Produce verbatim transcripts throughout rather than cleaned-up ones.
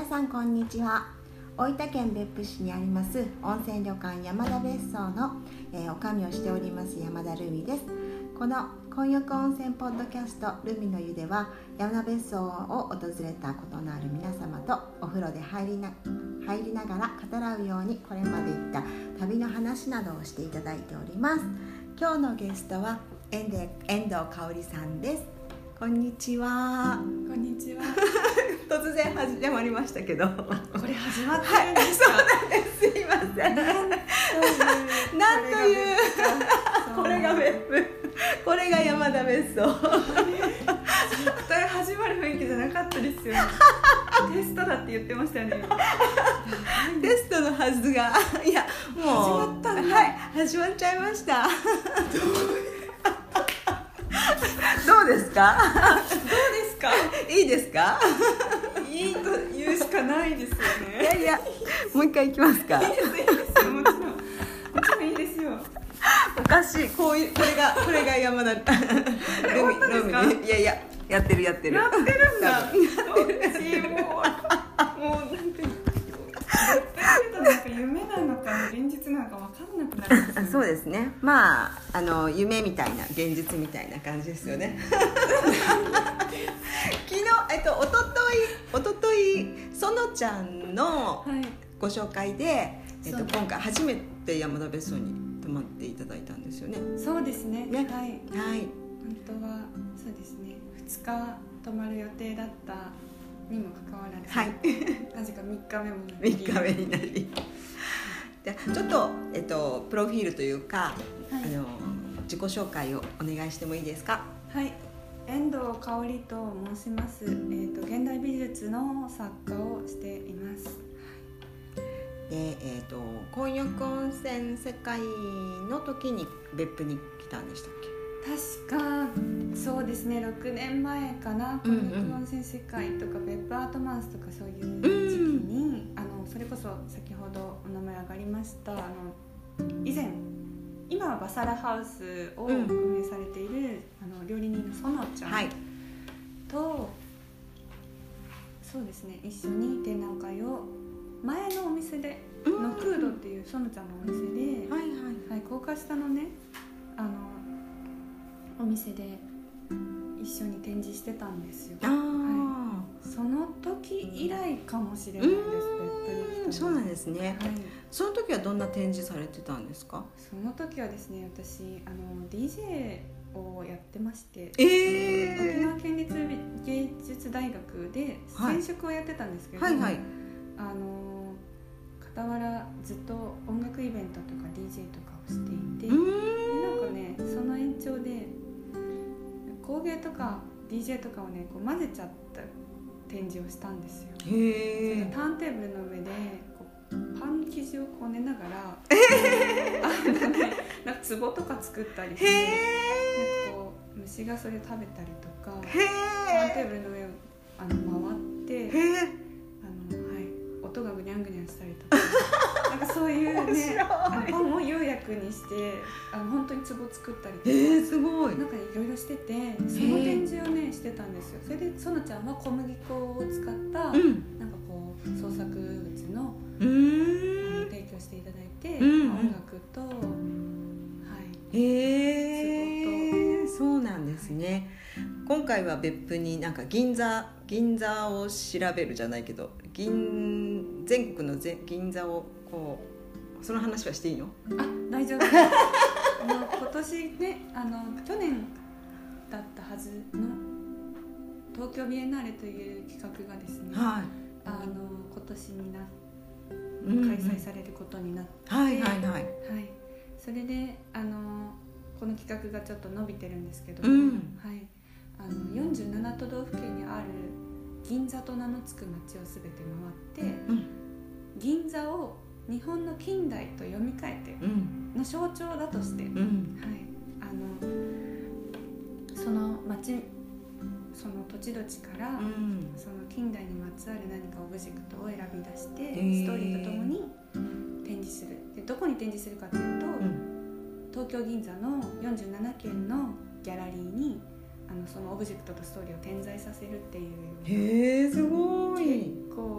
さんこんにちは。大分県別府市にあります温泉旅館山田別荘の、えー、女将をしております山田ルミです。この混浴温泉ポッドキャストルミの湯では、山田別荘を訪れたことのある皆様とお風呂で入りな入りながら語らうように、これまで行った旅の話などをしていただいております。今日のゲストは遠藤香織さんです。こんにちは。 こんにちは。 突然始まりましたけど、これ始まってるんですか？ はい、そうなんです。すいません。なんというこれが別府、これが山田別荘。 絶対始まる雰囲気じゃなかったですよね。テストだって言ってましたよね。 テストのはずが、いやもう始まったんだ。 はい、始まっちゃいました。どうですか？ どうですか？ いいですか？ いいと言うしかないですよね。 いやいや、もう一回いきますか？ いいです、いいですよ、もちろん。もちろんいいですよ。 おかしい、こういう、これが、これが山田ルミ、 本当ですか？ ルミ、いやいや、やってるやってる。 やってるんだ。やってる。もう、もうなんていうの。なんか夢なのか現実なのか分かんなくなるんですよね。 そうですね。まあ、あの夢みたいな現実みたいな感じですよね。昨日、えっと、おととい、おととい、そのちゃんのご紹介で、はい、えっと、今回初めて山田別荘に泊まっていただいたんですよね。 そうですね。ね、はい。 はい。 本当はそうですね。ふつか泊まる予定だったにもかかわらず、 はい、 なぜかみっかめもなりみっかめになりで、ちょっと、えっと、プロフィールというか、はい、あの自己紹介をお願いしてもいいですか？ はい、遠藤香織と申します。えーと、現代美術の作家をしています。 で、えーと、混浴温泉世界の時に別府に来たんでしたっけ？ 確かそうですね、ろくねんまえかな。混浴温泉世界とか別府アートマウスとかそういう時期に、うん、あのそれこそ先ほどお名前上がりましたあの以前今はバサラハウスを運営されている、うん、あの料理人の園ちゃん、はい、とそうですね、一緒に展覧会を前のお店で、うん、ノクードっていう園ちゃんのお店で、はいはいはい、高架下のねあのお店で一緒に展示してたんですよ。あ、はい、その時以来かもしれないです。 そうなんですね、はい、その時はどんな展示されてたんですか？ その時はですね、私あの ディージェー をやってまして、 えー、 沖縄県立芸術大学で染色をやってたんですけど、はいはいはい、あの傍らずっと音楽イベントとか ディージェー とかをしていて、でなんかね、その延長で工芸とか ディージェー とかをねこう混ぜちゃった展示をしたんですよ。へー。ターンテーブルの上でこうパン生地をこねながら、えー、あのね、なんか壺とか作ったりして、なんかこう虫がそれ食べたりとか、ターンテーブルの上をあの回って、あの、はい、音がぐにゃんぐにゃんしたりとかなんかそういうねあのパンを釉薬にしてあの本当に壺作ったりとか、えー、すごいなんかいろいろしてて、その展示をねしてたんですよ。それで園ちゃんは小麦粉を使った、うん、なんかこう創作物のうーん提供していただいて、うん、音楽と、はい、 へえ、そうなんですね。今回は別府になんか銀座銀座を調べるじゃないけど、銀全国のぜ銀座をこう、その話はしていいの？ あ、大丈夫ですあの今年ね、あの去年だったはずの東京ビエンナーレという企画がですね、はい、あの今年にな開催されることになって、うんうん、はいはいはい、はい、それであのこの企画がちょっと伸びてるんですけど、うん、はい、あのよんじゅうなな都道府県にある銀座と名の付く街をすべて回って、うん、銀座を日本の近代と読み替えての象徴だとして、うん、はい、あのその街、その土地土地から、うん、その近代にまつわる何かオブジェクトを選び出して、えー、ストーリーとともに展示する。でどこに展示するかというと、うん、東京銀座のよんじゅうななけんのギャラリーにあのそのオブジェクトとストーリーを点在させるっていう。 へー、すごい。 結構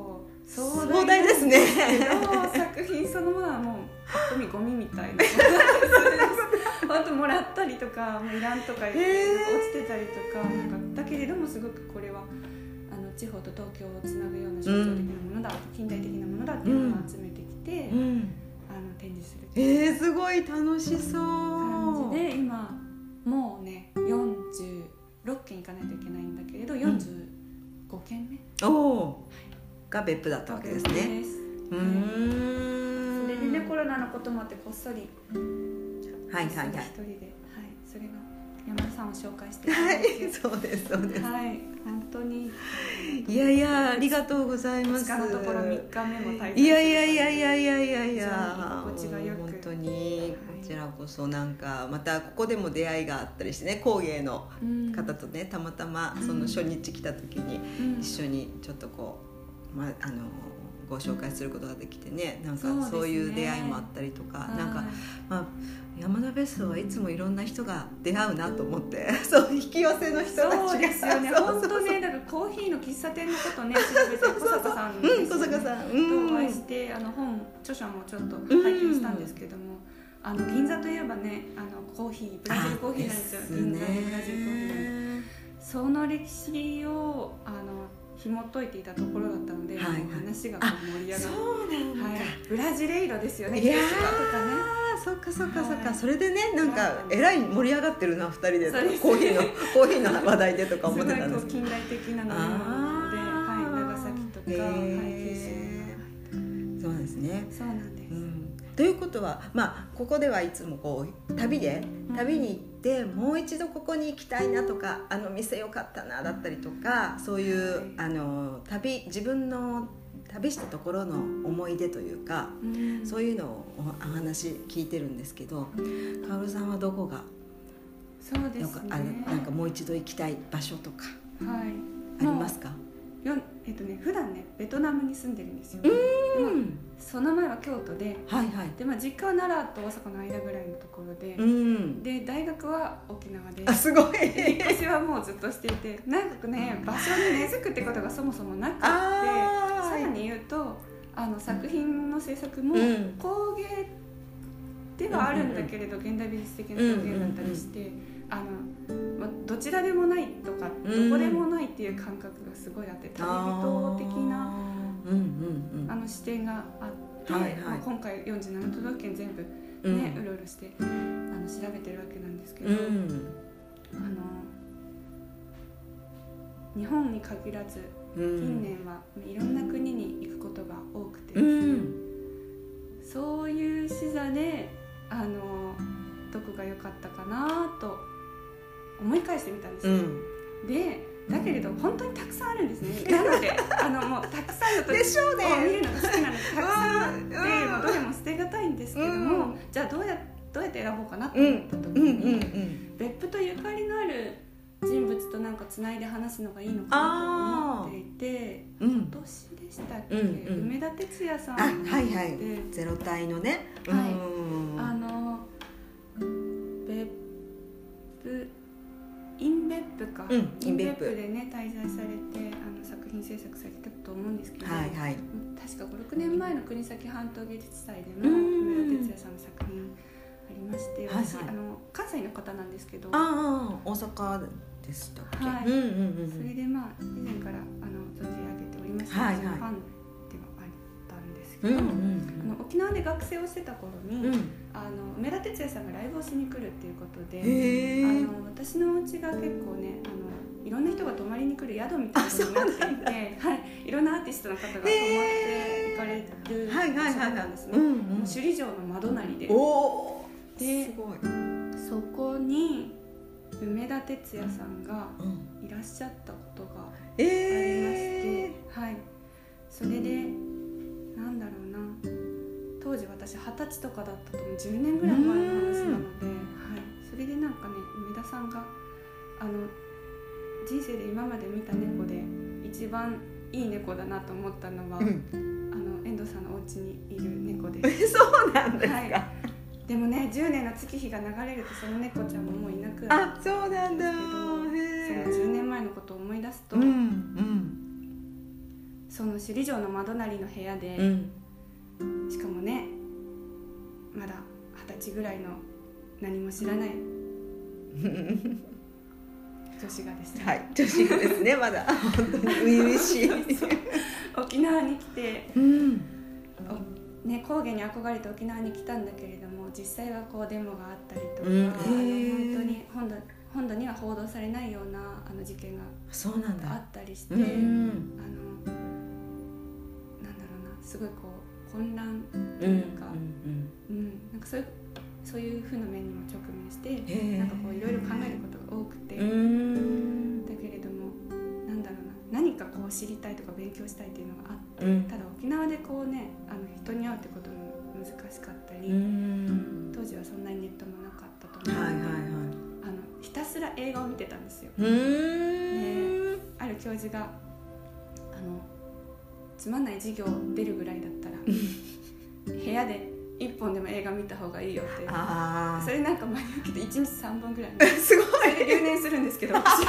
壮大ですね。 作品そのものはもうぱっと見ゴミみたいな本当もらったりとかもういらんとか言って落ちてたりとか、なんかだけれどもすごくこれはあの地方と東京をつなぐような象徴的なものだ、うん、近代的なものだっていうのを集めてきて、うん、あの展示するっていう、 えー、すごい楽しそう感じで、今もうねよんじゅうろっけん行かないといけないんだけれど、よんじゅうごけんめ、 うん、おが別府だったわけですね。 です。うーん、それでねコロナのこともあってこっそりはいはいはい一人で、 はい、それが山田さんを紹介してはい、そうですそうです、 はい、本当にいやいやありがとうございます。 ふつかのところみっかめも滞在する、 いやいやいやいやいやいやいや居心地がよく、 本当にこちらこそなんかまたここでも出会いがあったりしてね、工芸の方とね、たまたまその初日来た時に一緒にちょっとこう、まあ、あのご紹介することができてね、なんかそういう出会いもあったりとか、なんか、まあ、山田別荘はいつもいろんな人が出会うなと思ってそう引き寄せの人たちが、 そうですよね本当ね、だからコーヒーの喫茶店のことね調べて小坂さんですよね、 うん、小坂さん、 うん、とお会いしてあの本著書もちょっと拝見したんですけども、うん、あの銀座といえばねあのコーヒーブラジルコーヒーなんですよ。ですね、銀座のブラジルコーヒーなんです。その歴史をあの紐解いていたところだったので、はいはい、話がこう盛り上がる。 そうなんだ、はい、 ブラジレイロですよね。 いやー、そっかそっかそっか、はい、それでね、なんかえらい盛り上がってるなふたりで、コーヒーのコーヒーの話題でとか思ってたんですけど、 すごい近代的な飲み物なので、はい、長崎とか、はい、九州、 そうですね。 そうなんです。うん、 ということは、まあ、ここではいつもこう旅で旅に行って、うん、もう一度ここに行きたいなとか、あの店よかったなだったりとか、そういう、はい、あの旅自分の旅したところの思い出というか、うん、そういうのをお話聞いてるんですけど、かおるさんはどこがそうですね、 あのなんかもう一度行きたい場所とか、 はい、 ありますか？ よえっとね、普段ねベトナムに住んでるんですよ。 うん、 まあ、その前は京都で、 はいはい、 で、まあ、実家は奈良と大阪の間ぐらいのところで、 うん、 で大学は沖縄で、 あ、すごい引っ越しはもうずっとしていて、なんかね場所に根付くってことがそもそもなくって、さらに言うとあの作品の制作も工芸ではあるんだけれど、現代美術的な表現だったりして、あのどちらでもないとか、うん、どこでもないっていう感覚がすごいあって、旅人的な あ,、うんうんうん、あの視点があって、はいはい、まあ、今回よんじゅうななとどうふけん全部、ね、うん、うろうろしてあの調べてるわけなんですけど、うん、あの日本に限らず、うん、近年はいろんな国に行くことが多くてですね、うん、そういう視座であのどこが良かったかなと思い返してみたんですよ、うん、でだけれど本当にたくさんあるんですね。なのであのもうたくさんの時を見るのが好きなのでたくさんあって、もうどれも捨てがたいんですけども、うん、じゃあどうやどうやって選ぼうかなと思った時に、別府とゆかりのある人物となんかつないで話すのがいいのかなと思っていて、うん、今年でしたっけ、うんうん、梅田哲也さん、 あ、はいはい、ゼロ体のね、 はい、あの別府インベップか、うん、インベップでね滞在されてあの作品制作されてたと思うんですけど、はいはい、確かごろくねんまえの国東半島芸術祭でも梅田哲也さんの作品ありまして、私、はいはい、あの関西の方なんですけど、 ああ大阪でしたっけ、 はい、うんうんうん、それでまあ以前からあの存じ上げておりました、はいはい、ファンではあったんですけど、うんうんうん、あの沖縄で学生をしてた頃に、うん、あの梅田哲也さんがライブをしに来るっていうことで、あの私のお家が結構ねあのいろんな人が泊まりに来る宿みたいなのになっていて、はい、いろんなアーティストの方が泊まって行かれる場所なんですね。首里城の窓なりで、 おですごい、そこに梅田哲也さんがいらっしゃったことがありまして、えー、はい、それでなんだろうな、当時私二十歳とかだったと思う、じゅうねんぐらい前の話なので、はい、それでなんかね梅田さんがあの人生で今まで見た猫で一番いい猫だなと思ったのは、うん、あの遠藤さんのお家にいる猫です。 そうなんですか、はい、 でもねじゅうねんの月日が流れるとその猫ちゃんももういなくなったんですけど、 あ、そうなんだ、へそのじゅうねんまえのことを思い出すと、うんうん、その首里城の窓なりの部屋で、うん、しかもねまだ二十歳ぐらいの何も知らない女子がですね、 はい、女子がですねまだ本当に初々しい沖縄に来て、うんね、高原に憧れて沖縄に来たんだけれども、実際はこうデモがあったりとか、うん、あの本当に本土、本土には報道されないようなあの事件があったりして、うん、あのなんだろうな、すごいこう混乱というか、うんうんうん、なんかそういうそういう風な面にも直面して、なんかこういろいろ考えることが多くて、だけれどもなんだろうな、何かこう知りたいとか勉強したいっていうのがあって、うん、ただ沖縄でこうね、あの人に会うってことも難しかったり、当時はそんなにネットもなかったと思うので、はいはいはい、あのひたすら映画を見てたんですよ。で、ある教授があのつまんない授業出るぐらいだったら部屋でいっぽんでも映画見た方がいいよって。あ、それなんか真に受けていちにちさんぼんぐらいすごい、 それで留年するんですけど私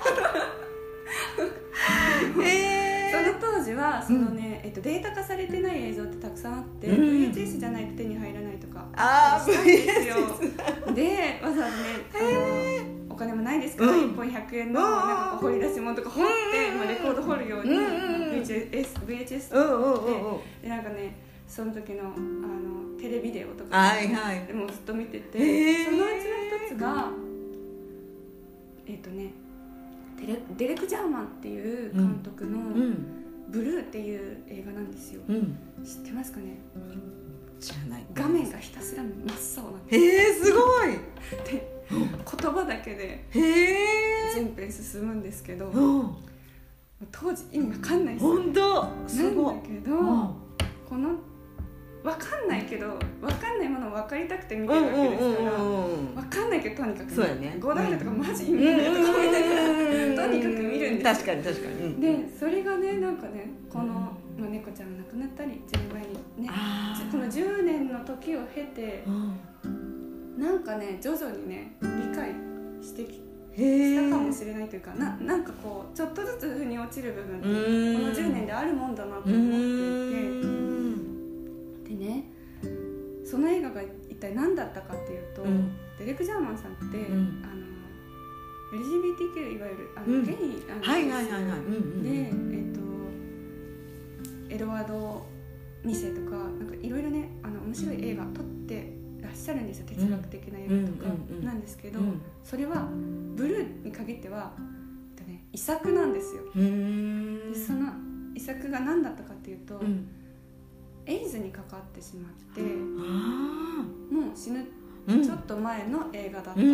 えー、その当時はその、ね、うん、えっと、データ化されてない映像ってたくさんあって、うん、ブイエイチエス じゃないと手に入らないとかあったりしたんですよ。でわざわざね、あのお金もないですから、うん、いっぽんひゃくえんのなんかこう掘り出し物とか掘って、まあ、レコード掘るように、うん、ブイエイチエス ブイエイチエス とか掘って、でなんかね、その時のあのテレビデオとか、 はいはい、 でもずっと見てて、そのうちの一つがえっとねデレ、デレク・ジャーマンっていう監督のブルーっていう映画なんですよ、うん、知ってますかね。 知らない。 画面がひたすら真っ青なんです。 へー、すごいで言葉だけで全編進むんですけど、当時意味わかんないですよ。 本当すごい。 なんだけど、この分かんないけど分かんないものを分かりたくて見てるわけですから、分かんないけどとにかく、ね、 そうやね、 ゴダールとかマジ意味ないとか思いながらとにかく見るんですよ。 確かに確かに、うん、 でそれがね、なんかね、この、まあ、猫ちゃんが亡くなったりじゅうねんまえにね、このじゅうねんの時を経て、なんかね徐々にね理解してきしたかもしれないというか、 な, なんかこうちょっとずつ腑に落ちる部分ってこのじゅうねんであるもんだなと思っていて、でね、その映画が一体何だったかっていうと、うん、デレク・ジャーマンさんって、うん、あの エルジービーティーキュー いわゆるあの、うん、ゲイなんですよ。はいはいはいはい、うんうん、で、えっとエドワードにせいとかなんかいろいろね、あの面白い映画撮ってらっしゃるんですよ、哲学的な映画とかなんですけど、うんうんうん、それはブルーに限っては、えっとね、遺作なんですよ。でその遺作が何だったかっていうと、うん、エイズにかかってしまって、もう死ぬちょっと前の映画だったって、うん、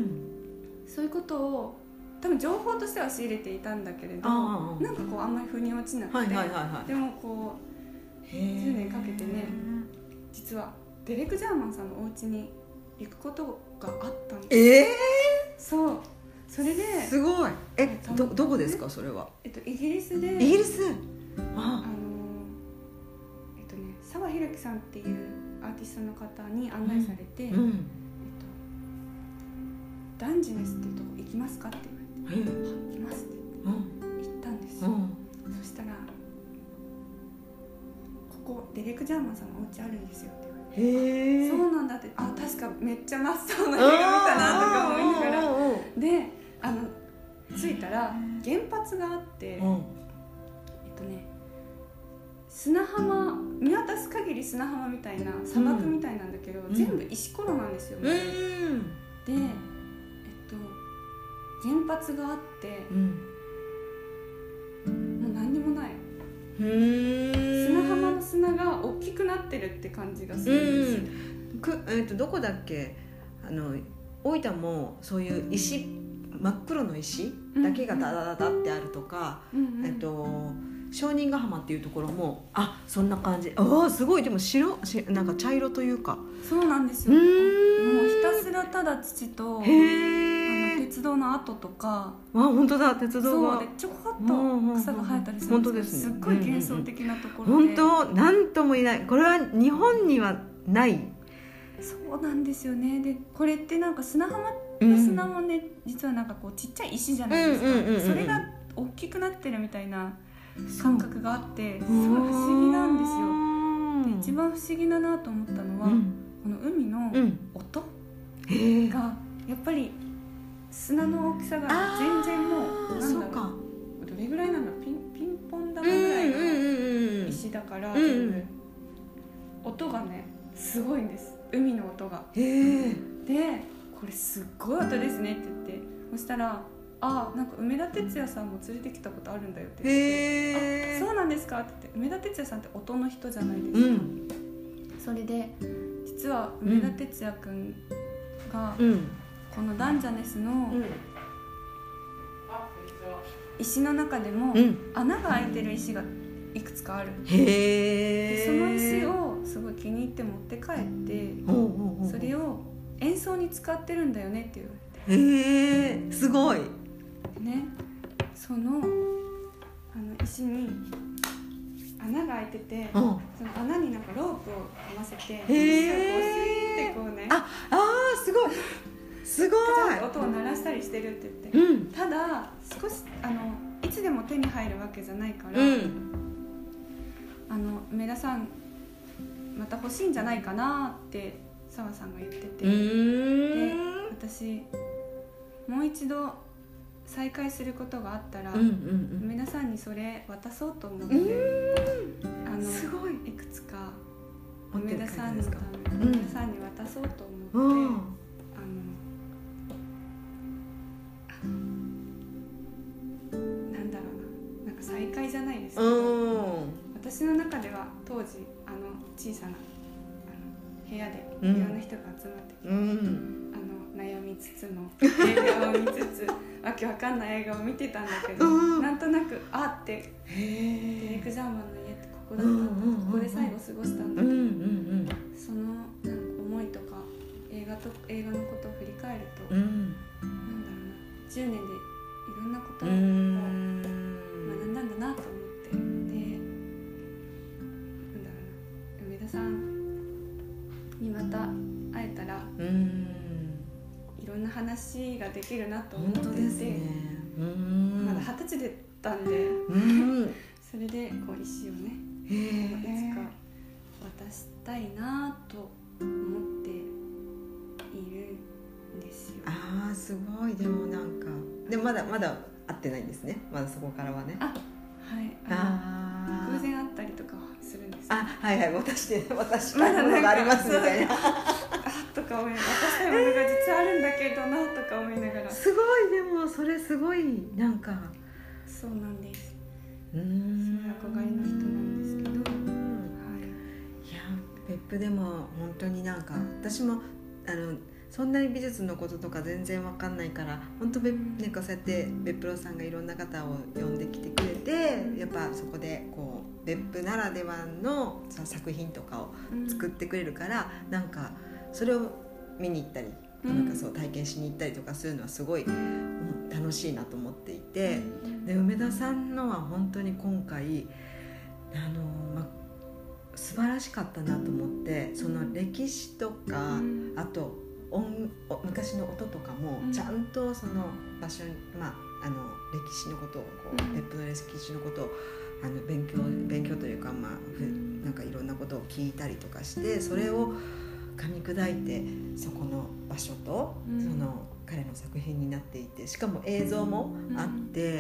そういうことを多分情報としては仕入れていたんだけれど、なんかこうあんまり腑に落ちなくて、はいはいはいはい、でもこうじゅうねんかけてね、実はデレク・ジャーマンさんのお家に行くことがあったんです。 えー、 そう、それですごい。え、ど, どこですかそれは。 えっとイギリスで、 イギリス、ああのえっとね澤ひろきさんっていうアーティストの方に案内されて、うんうん、えっと、ダンジネスっていうとこ行きますかって言われて、うん、行きますって言って、うん、行ったんですよ、うん、そしたらここデレク・ジャーマンさんのお家あるんですよって言われて、へー、そうなんだって、あ、確かめっちゃ真っ青な映画見たなとか思いながら、で、あの着いたら原発があって、うん、えっとね砂浜、見渡す限り砂浜みたいな砂漠みたいなんだけど、うん、全部石ころなんですよ、うん、で、えっと原発があって、うん、もう何にもない、砂浜の砂が大きくなってるって感じがするんですよ、 うん、く、えっと、どこだっけ、あの大分もそういう石、真っ黒の石だけがダダダダってあるとか、うんうん、えっと商人ヶ浜っていうところも、あ、そんな感じ。ああ、すごい。でも白、なんか茶色というか。 そうなんですよ。もうひたすらただ土と、へあの鉄道の跡とか、 あ、本当だ、鉄道がそうでちょこっと草が生えたりするんですけど、本当ですね、すっごい幻想的なところで、 うんうんうん、本当なんとも言えない。これは日本にはない。 そうなんですよね。でこれってなんか砂浜の砂もね、うん、実はなんかこうちっちゃい石じゃないですか、うんうんうんうん、それが大きくなってるみたいな感覚があってすごい不思議なんですよ。で一番不思議だなと思ったのは、うん、この海の音がやっぱり砂の大きさが全然もうなんだろう、どれぐらいなの、ピン、ピンポン玉ぐらいの石だから、うんうんうん、全部音がねすごいんです、海の音が。へー。でこれすっごい音ですねって言って、そしたらあなんか梅田哲也さんも連れてきたことあるんだよって言って、へー、あそうなんですかって言って、梅田哲也さんって音の人じゃないですか、うん、それで実は梅田哲也くんが、うん、このダンジャネスの、うん、石の中でも、うん、穴が開いてる石がいくつかある。へー。でその石をすごい気に入って持って帰って、それを演奏に使ってるんだよねって言われて。へー、すごいね。その、あの石に穴が開いてて、その穴になんかロープをはませて、石をこうシューってこうね、ああーすごいすごい音を鳴らしたりしてるって言って、うん、ただ少しあのいつでも手に入るわけじゃないから、うん、あの梅田さんまた欲しいんじゃないかなって澤さんが言ってて、で私もう一度再会することがあったら、うんうんうん、梅田さんにそれ渡そうと思って、あのすごいいくつか梅田さんのため、梅田さんに渡そうと思って、うん、あのなんだろうな、なんか再会じゃないですけど、うん、私の中では当時あの小さなあの部屋でいろんな人が集まってきて、うん、あの悩みつつの映画を見つつわけわかんない映画を見てたんだけど、うん、なんとなくあってデレク・ジャーマンの家ってここだったんだ、うん、ここで最後過ごしたんだけど、うんうんうん、そのなんか思いとか映画と映画のことを振り返ると、うん、なんだろうな、じゅうねんでいろんなことを学んだんだなと思って、でなんだろうな、梅田さんにまた会えたら、うん、いろんな話ができるなと思っていて、本当ですね、うん、まだ二十歳だったんで、うん、それでこう石をね、いつか渡したいなと思っているんですよ。あーすごい。でもなんかでもまだまだ会ってないんですね、まだそこからはね。あ、はい、ああ偶然会ったりとかはするんですか。あ、はいはい、私で私からのがありますみたいなあとか思いながら、渡したいものが実はあるんだけどなとか思いながら、すごい。でもそれすごいなんかそうなんです。うーん、それ憧れの人なんですけど、はい、いや別府でも本当になんか私もあのそんなに美術のこととか全然わかんないから、本当なんかそうやって別府さんがいろんな方を呼んできてくれて、やっぱそこでこう別府ならではのその作品とかを作ってくれるから、うん、なんかそれを見に行ったり、うん、なんかそう体験しに行ったりとかするのはすごい楽しいなと思っていて、うん、で梅田さんのは本当に今回あの、ま、素晴らしかったなと思って、その歴史とか、うん、あと音昔の音とかもちゃんとその場所に、まあ、あの歴史のことをこう別府の歴史のことをあの勉強勉強というか、まあ、なんかいろんなことを聞いたりとかして、それを噛み砕いてそこの場所とその彼の作品になっていて、しかも映像もあって、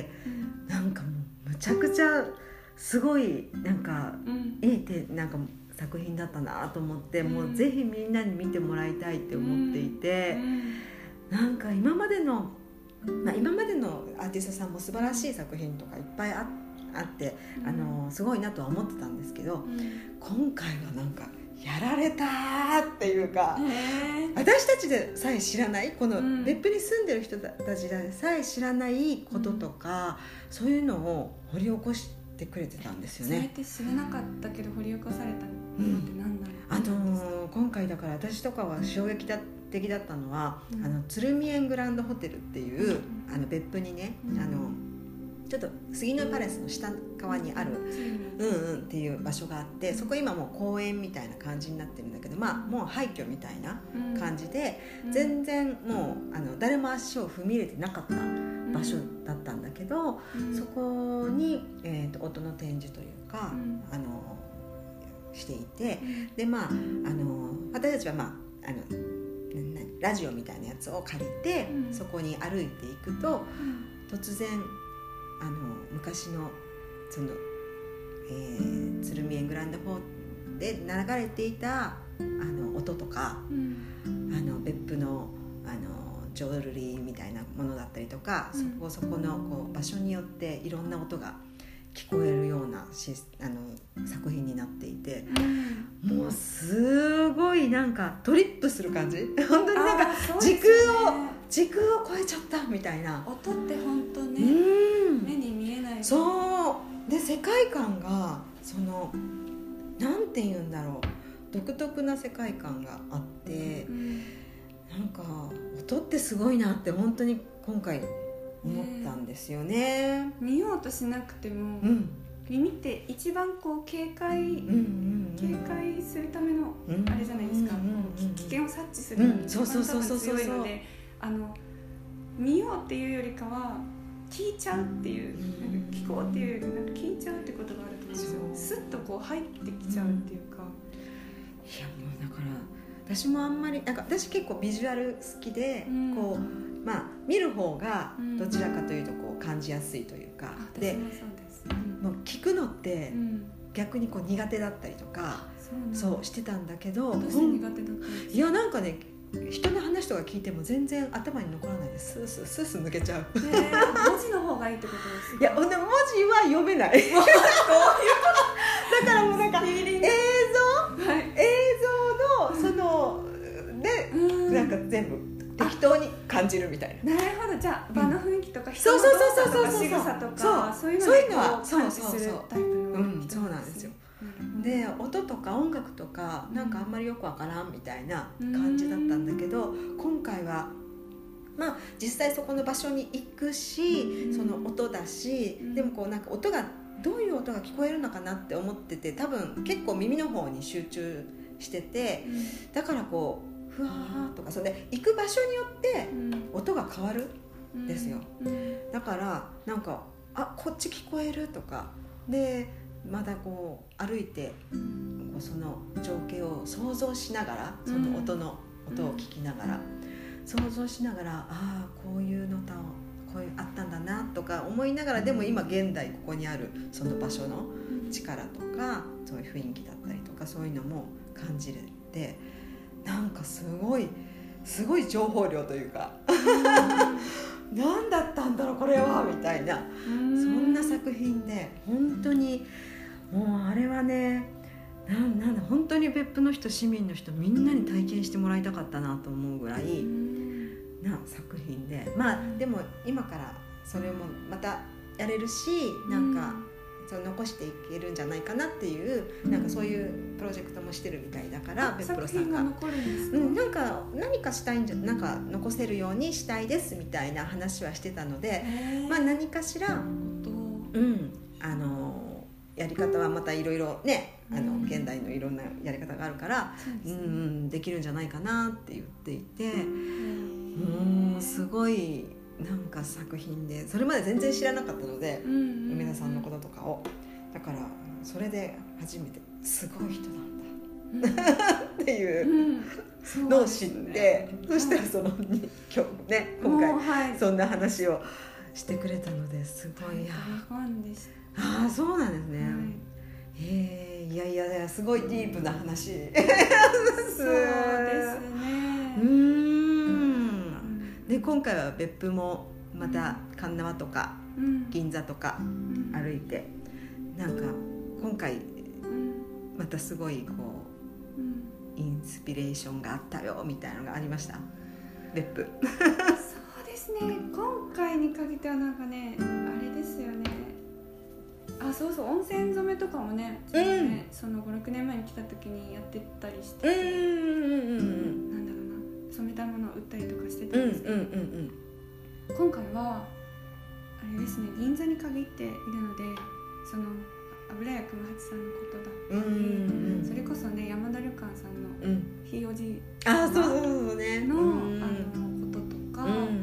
なんかもうむちゃくちゃすごいなんかいいってなんか作品だったなと思って、うん、もうぜひみんなに見てもらいたいって思っていて、うん、なんか今までの、まあ、今までのアーティストさんも素晴らしい作品とかいっぱい あ, あって、うん、あのすごいなとは思ってたんですけど、うん、今回はなんかやられたっていうか、私たちでさえ知らないこの別府に住んでる人たちでさえ知らないこととか、うん、そういうのを掘り起こしてくれてたんですよね。それって知らなかったけど掘り起こされたのって何なの、うん、あのー、今回だから私とかは衝撃的だったのは、うん、あの鶴見園グランドホテルっていう、うん、あの別府にね、うん、あのちょっと杉のパレスの下側にある、うんうん、っていう場所があって、そこ今もう公園みたいな感じになってるんだけど、まあもう廃墟みたいな感じで、うん、全然もうあの誰も足を踏み入れてなかった場所だったんだけど、うん、そこに、えー、と音の展示というか、うん、あのしていて、うん、でまああの私たちはまああのラジオみたいなやつを借りて、うん、そこに歩いていくと、うん、突然あの昔のその、えー、鶴見園グランドホールで流れていたあの音とか、うん、あの別府のあのジョウルリーみたいなものだったりとか、うん、そこそこのこう場所によっていろんな音が聞こえるようなしあの作品になっていて、うん、もうすごいなんかトリップする感じ本当になんか時空を、ね、時空を超えちゃったみたいな。 音って本当ね、うん、目に見えない。 そうで世界観がそのなんて言うんだろう、独特な世界観があって、うん、なんか音ってすごいなって本当に今回思ったんですよね。 ね、見ようとしなくても、うん、耳って一番こう警戒、うんうんうん、警戒するためのあれじゃないですか、うんうんうん、危険を察知するのに一番多分強いので、あの見ようっていうよりかは聞いちゃうっていう、なんか聞こうっていうよりなんか聞いちゃうってことがあると思うんですよ。スッとこう入ってきちゃうっていうか、 うん、いやもうだから私もあんまりなんか私結構ビジュアル好きで、うん、こうまあ見る方がどちらかというとこう感じやすいというか、 うん、で、私もそうです、 うん、もう聞くのって逆にこう苦手だったりとか、うん、そうしてたんだけど、 どうして苦手だったんですか？ いやなんかね、人の話とか聞いても全然頭に残らないでスースースースー抜けちゃう。 えー、文字の方がいいってことですか？ いや、文字は読めないだからもうなんか映像、はい、映像のそので、うん、なんか全部適当に感じるみたいな。 なるほど、じゃあ場の雰囲気とか人の動作とか仕草とかそういうのでこう感知するタイプの人なんですね。 そうなんですよ。で音とか音楽とかなんかあんまりよくわからんみたいな感じだったんだけど、今回はまあ実際そこの場所に行くし、その音だし、でもこうなんか音がどういう音が聞こえるのかなって思ってて、多分結構耳の方に集中してて、だからこうふわーとか、それで行く場所によって音が変わるんですよ。だからなんかあこっち聞こえるとかで、まだこう歩いてこうその情景を想像しながら、その音の音を聞きながら、想像しながら、ああこういうのたこういうあったんだなとか思いながら、でも今現代ここにあるその場所の力とかそういう雰囲気だったりとか、そういうのも感じれて、なんかすごいすごい情報量というか何だったんだろうこれはみたいな、そんな作品で、本当にもうあれはね、なんなんだ本当に別府の人、市民の人みんなに体験してもらいたかったなと思うぐらいな作品で、まあでも今からそれもまたやれるし、なんかその残していけるんじゃないかなっていう、なんかそういうプロジェクトもしてるみたいだから、別プロさんが、うん、なんか何かしたいんじゃ、なんか残せるようにしたいですみたいな話はしてたので、まあ何かしら、うん、あのやり方はまたいろいろね、あの現代のいろんなやり方があるから、うんうん、できるんじゃないかなって言っていて、もうすごいなんか作品で、それまで全然知らなかったので、梅田さんのこととかを、だからそれで初めてすごい人なんだ、うん、っていうのを知って、うん そ, ね、そしたらその今日ね今回そんな話をしてくれたので、すごい、ああそうなんですね、はい、えー、いやいやいやすごいディープな話そうですね。 うーんで今回は別府もまた鉄輪とか、うん、銀座とか歩いて、うん、なんか今回、うん、またすごいこう、うん、インスピレーションがあったよみたいなのがありました別府そうですね、今回に限ってはなんかね、あれですよね、あそうそう、温泉染めとかもね、ちょっとね、うん、そのごろくねんまえに来た時にやってたりしてて、うんうんうんうん、なんだろうな、染めたものを売ったりとかしてたんですけど、うんうんうんうん、今回はあれですね、銀座に限っているので、その油屋熊八さんのことだったり、うんうん、それこそね山田旅館さんのひいおじの、うん、あそうそうそうね、 あのこととか、うんうん、そう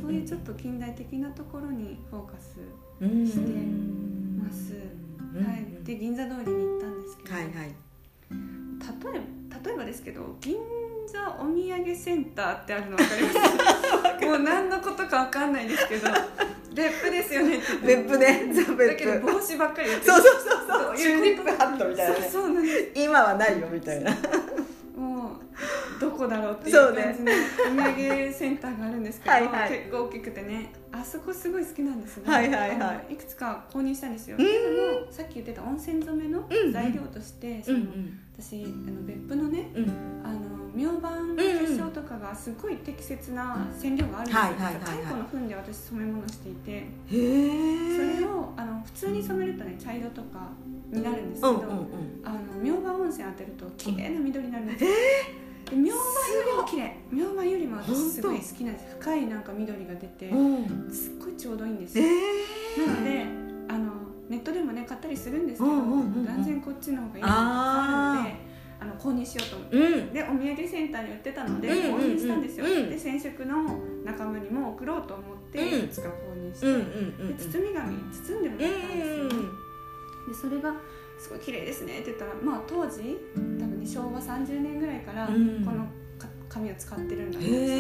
そういうちょっと近代的なところにフォーカスしてます、うんはい、で銀座通りに行ったんですけど、はいはい、例えば、例えばですけど銀座お土産センターってあるの分かりますもう何のことか分かんないですけど別府ですよねって言って別府ね別府だけど帽子ばっかりやってるそうそうそうそうチューリップハットみたいな、ね、 そうそうなんです今はないよみたいなもうどこだろうっていう感じのお土産センターがあるんですけどはい、はい、結構大きくてねあそこすごい好きなんですが、はいはいはい、いくつか購入したんですよ、うん、でもさっき言ってた温泉染めの材料として、うん、その、うん、私あの別府のね、うん、あの明晩結晶とかがすごい適切な染料があるんですよ、蚕の糞で私染め物していてへーそれをあの普通に染めるとね茶色とかになるんですけど、うんうんうん、あの明晩温泉当てると綺麗な緑になるんですよ、で明晩よりも綺麗明晩よりも私すごい好きなんです深いなんか緑が出てすっごいちょうどいいんですよ、えー、なのであのネットでもね買ったりするんですけど、うんうんうんうん、断然こっちの方がいいのがあるのであの購入しようと思って、うん、でお土産センターに売ってたので購入したんですよ、うんうんうん、で染色の仲間にも送ろうと思っていくつか購入して、うんうんうんうん、で包み紙包んでもらったんですよ、うんうん、でそれがすごい綺麗ですねって言ったら、まあ、当時多分、ね、しょうわさんじゅうねんぐらいからこの紙を使ってるんだと思って、うん、で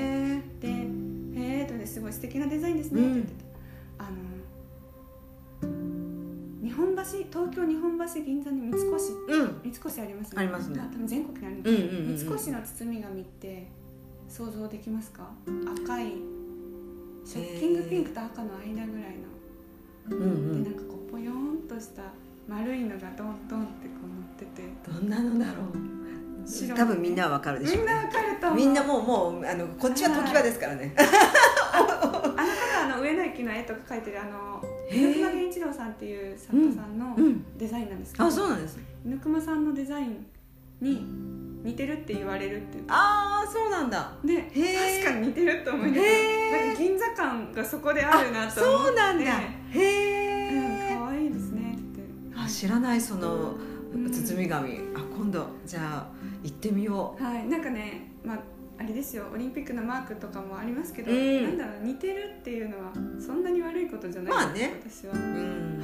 へーとねすごい素敵なデザインですねって言ってた、うん、あの日本橋東京日本橋銀座に三越、うん、三越ありますね。 ありますね。 多分全国にあるんです、うんうんうんうん、三越の包み紙って想像できますか？赤いショッキングピンクと赤の間ぐらいの、うんうん、でなんかこうポヨーンとした丸いのがドンドンってこう乗っててどんなのだろう。多分みんなはわかるでしょう、ね、 みんなわかると思う。 みんなもうもうあのこっちは常盤ですからね。 あの方あの上野駅の絵とか描いてるあの猪熊源一郎さんっていう作家さんのデザインなんですけど、 うんうん、あそうなんです。 猪熊さんのデザインに似てるって言われるって言って、 ああそうなんだ。 で確かに似てると思いながらなんか銀座感がそこであるなと思って、 そうなんだ。へえ、うん、可愛いですねって。 あ知らないその包み紙、うん、あ今度じゃあ行ってみよう。 はいなんかねまああれですよオリンピックのマークとかもありますけど、うん、なんだろう似てるっていうのはそんなに悪いことじゃないです、まあね、私は、うん、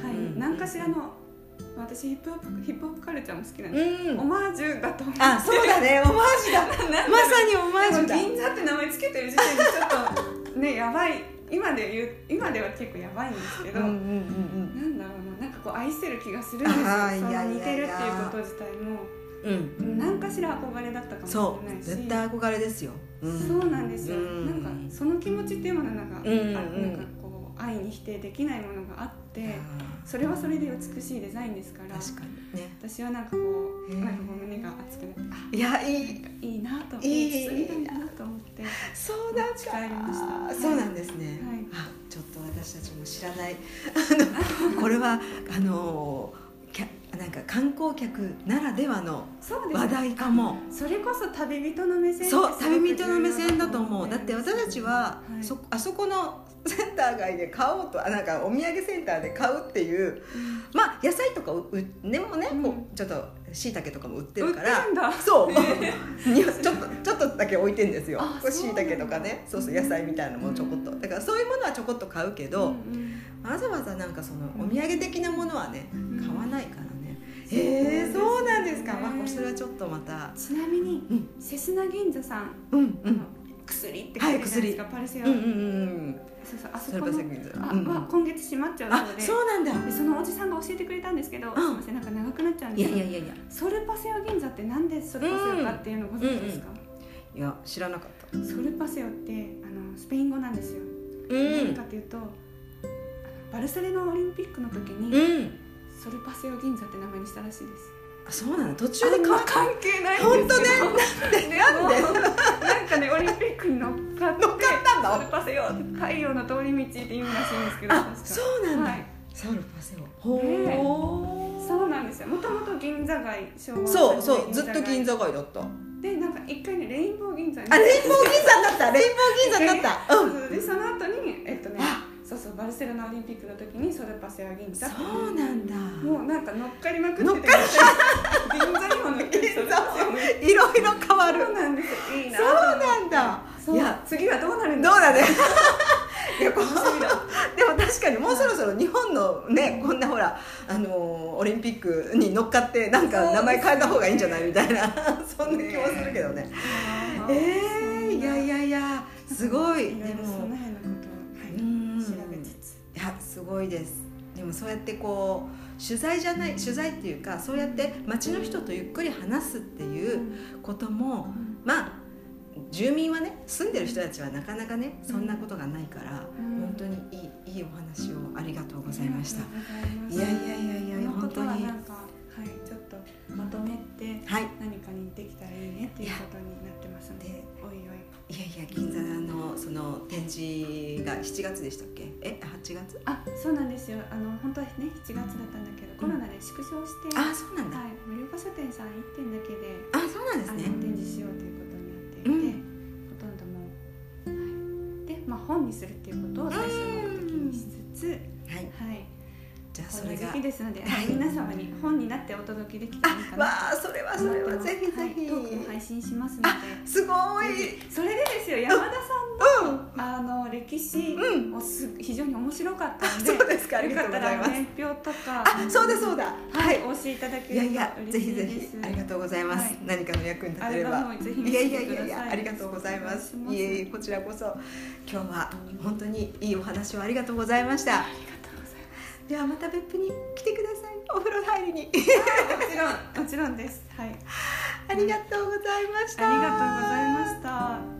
はい、うん、何かしらの私ヒップホップヒップホップカルチャーも好きなんで、うん、オマージュだと思って。 あそうだねオマージュだまさにオマージュだ。 銀座って名前つけてる時点でちょっとねやばい今で言う今では結構やばいんですけど、うんうんうんうん、なんだろうななんかこう愛せる気がするんですよ。その似てるっていうこと自体もうん、何かしら憧れだったかもしれないし、 そう絶対憧れですよ、 うん、そうなんですよ、うん、なんかその気持ちっていうものがなんか、うんうん、なんかこう愛に否定できないものがあってそれはそれで美しいデザインですから確かに、ね、 私はなんかこうなんかこう胸が熱くなっていやいいいいなと思っていいなと思ってそうなん帰りました。 そうなんですね、はい、あちょっと私たちも知らないあのこれはあのなんか観光客ならではの話題かも。 そ, それこそ旅人の目線ってそう旅人の目線だと思う。だって私たちは、はい、そあそこのセンター街で買おうとなんかお土産センターで買うっていう、うん、まあ野菜とかうでもね、うん、こうちょっと椎茸とかも売ってるから売ってるんだそう、えー、ちょっとちょっとだけ置いてるんですよ。椎茸とかねそうそう野菜みたいなのもちょこっとだからそういうものはちょこっと買うけど、うんうん、わざわざなんかそのお土産的なものはね、うん、買わないから。へえそうなんですか、まあ、それはちょっとまたちなみに、うん、セスナ銀座さん、うんうん、あの薬って書いてるじゃないですか、はい、パルセア、うんうんうん、そうそうあそこのあ、うんまあ、今月閉まっちゃうので、 そうなんだ。 でそのおじさんが教えてくれたんですけど、すいませんなんか長くなっちゃうんですけど、いやいやいやいやソルパセオ銀座ってなんでソルパセオかっていうのご存知ですか？ うんうん、いや知らなかった。 ソルパセオってあのスペイン語なんですよ、うん、何かっていうとあのバルセロナオリンピックの時に、うんソルパセオ銀座って名前にしたらしいです。 あそうなの途中で変わった関係ないんですけど本当ねなんでなんかねオリンピックに乗っかって乗っかったのソルパセオ太陽の通り道って意味らしいんですけどあそうなんだ、はい、ソルパセオほーそうなんですよ。もともと銀座街昭和そうそうずっと銀座街だったでなんか一回ねレインボー銀座にあレインボー銀座になったレインボー銀座になった、 うん、でその後にえっとねそうそうバルセロナオリンピックの時にソルパセオ銀座そうなんだもうなんか乗っかりまくってて乗っかり銀座にも乗っかり銀座いろいろ変わるそうなんですよいいなそうなんだそういや次はどうなるんだどうなるいやこでも確かにもうそろそろ日本のねこんなほらあのオリンピックに乗っかってなんか名前変えた方がいいんじゃないみたいなそんな気もするけどね。えー、いやいやいやすごい。 でもその辺のことを、はい、調べつつ、 いやすごいです。でもそうやってこう取材じゃない取材っていうかそうやって街の人とゆっくり話すっていうことも、まあ住民はね住んでる人たちはなかなかねそんなことがないから、うん、本当にいい、いいお話をありがとうございました。いやいやいやいや本当になんか、はい、ちょっとまとめて何かにできたらいいねっていうことになってますので、はい、おいおいいやいや銀座のその展示がしちがつでしたっけ？えはちがつ？ あそうなんですよ。あの本当はねしちがつだったんだけど、うん、コロナで縮小して、 あそうなんだ、 はい、盛岡書店さんいってんだけであそうなんですね展示しようということになっていて、うん、ほとんどもう、はい、で、まあ、本にするっていうことを最終目的にしつつ、はい、はい、じゃあそれがこんな時期ですので、はい、皆様に本になってお届けできたらいいかなと。 わあそれはそれはぜひぜひ、 はい、トークも配信しますので。 すごい。 それでですよ山田さんの、うん、あの歴史もす、うん、非常に面白かったので、 そうですか、ありがとうございます。 年表とかあそうだそうだ、 はい、お教えいただければ嬉しいです。いやいやぜひぜひありがとうございます、はい、何かの役に立てれば。いやいやいやいやありがとうございます。いえいえこちらこそ今日は本当にいいお話をありがとうございました。 ありがとうございます。 ではまた別府に来てください。お風呂入りに。 もちろんもちろんです。はい。 ありがとうございました。 ありがとうございました。